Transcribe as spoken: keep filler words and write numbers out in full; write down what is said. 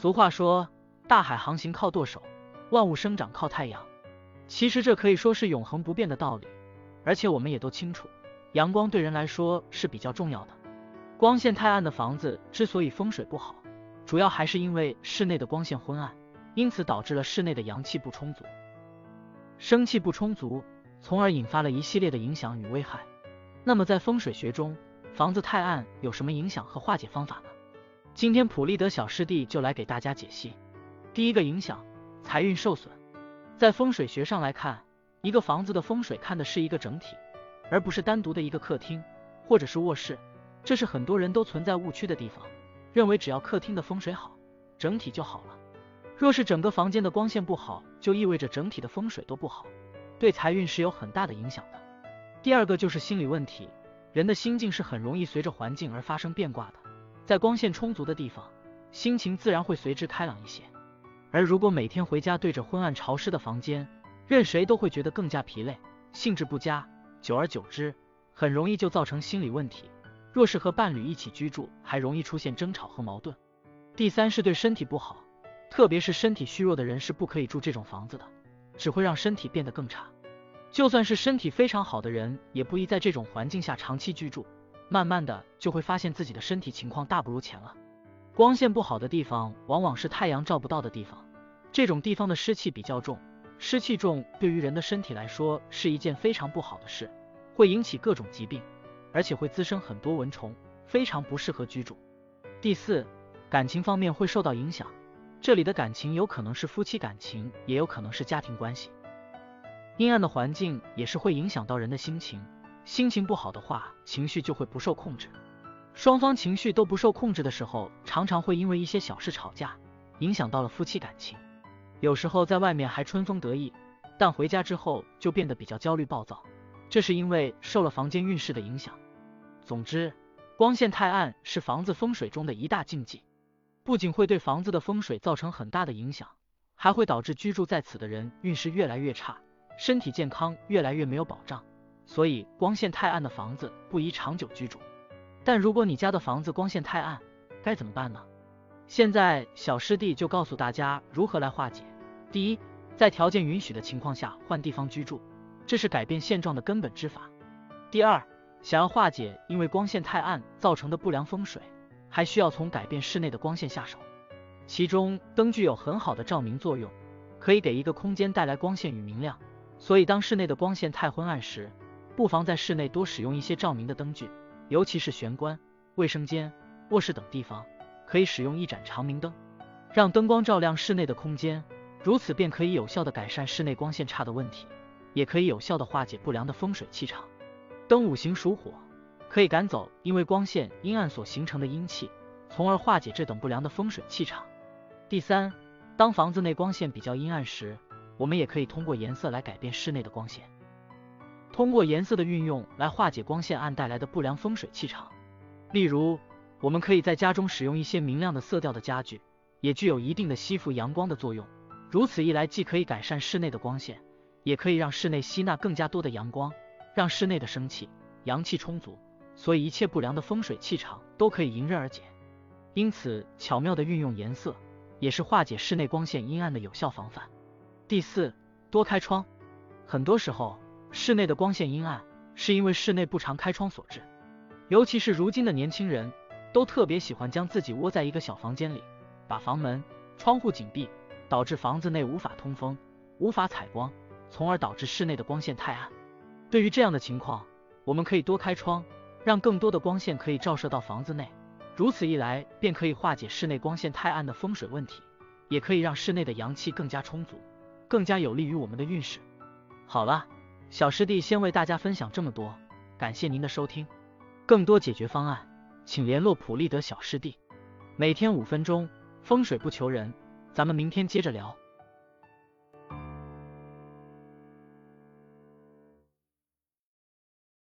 俗话说，大海航行靠舵手，万物生长靠太阳。其实这可以说是永恒不变的道理，而且我们也都清楚，阳光对人来说是比较重要的。光线太暗的房子之所以风水不好，主要还是因为室内的光线昏暗，因此导致了室内的阳气不充足，生气不充足，从而引发了一系列的影响与危害。那么在风水学中，房子太暗有什么影响和化解方法呢？今天普利德小师弟就来给大家解析。第一个影响，财运受损。在风水学上来看，一个房子的风水看的是一个整体，而不是单独的一个客厅或者是卧室，这是很多人都存在误区的地方，认为只要客厅的风水好，整体就好了。若是整个房间的光线不好，就意味着整体的风水都不好，对财运是有很大的影响的。第二个就是心理问题，人的心境是很容易随着环境而发生变卦的，在光线充足的地方，心情自然会随之开朗一些。而如果每天回家对着昏暗潮湿的房间，任谁都会觉得更加疲累，兴致不佳，久而久之，很容易就造成心理问题。若是和伴侣一起居住，还容易出现争吵和矛盾。第三是对身体不好，特别是身体虚弱的人是不可以住这种房子的，只会让身体变得更差。就算是身体非常好的人，也不宜在这种环境下长期居住，慢慢的就会发现自己的身体情况大不如前了。光线不好的地方往往是太阳照不到的地方，这种地方的湿气比较重，湿气重对于人的身体来说是一件非常不好的事，会引起各种疾病，而且会滋生很多蚊虫，非常不适合居住。第四，感情方面会受到影响，这里的感情有可能是夫妻感情，也有可能是家庭关系。阴暗的环境也是会影响到人的心情，心情不好的话，情绪就会不受控制。双方情绪都不受控制的时候，常常会因为一些小事吵架，影响到了夫妻感情。有时候在外面还春风得意，但回家之后就变得比较焦虑暴躁，这是因为受了房间运势的影响。总之，光线太暗是房子风水中的一大禁忌，不仅会对房子的风水造成很大的影响，还会导致居住在此的人运势越来越差，身体健康越来越没有保障。所以光线太暗的房子不宜长久居住。但如果你家的房子光线太暗，该怎么办呢？现在小师弟就告诉大家如何来化解。第一，在条件允许的情况下换地方居住，这是改变现状的根本之法。第二，想要化解因为光线太暗造成的不良风水，还需要从改变室内的光线下手。其中灯具有很好的照明作用，可以给一个空间带来光线与明亮，所以当室内的光线太昏暗时，不妨在室内多使用一些照明的灯具，尤其是玄关、卫生间、卧室等地方，可以使用一盏长明灯，让灯光照亮室内的空间，如此便可以有效地改善室内光线差的问题，也可以有效地化解不良的风水气场。灯五行属火，可以赶走因为光线阴暗所形成的阴气，从而化解这等不良的风水气场。第三，当房子内光线比较阴暗时，我们也可以通过颜色来改变室内的光线。通过颜色的运用来化解光线暗带来的不良风水气场。例如，我们可以在家中使用一些明亮的色调的家具，也具有一定的吸附阳光的作用。如此一来，既可以改善室内的光线，也可以让室内吸纳更加多的阳光，让室内的生气、阳气充足，所以一切不良的风水气场都可以迎刃而解。因此，巧妙的运用颜色，也是化解室内光线阴暗的有效防范。第四，多开窗。很多时候，室内的光线阴暗，是因为室内不常开窗所致。尤其是如今的年轻人，都特别喜欢将自己窝在一个小房间里，把房门、窗户紧闭，导致房子内无法通风，无法采光，从而导致室内的光线太暗。对于这样的情况，我们可以多开窗，让更多的光线可以照射到房子内，如此一来，便可以化解室内光线太暗的风水问题，也可以让室内的阳气更加充足，更加有利于我们的运势。好了，小师弟先为大家分享这么多，感谢您的收听。更多解决方案，请联络普利德小师弟。每天五分钟，风水不求人，咱们明天接着聊。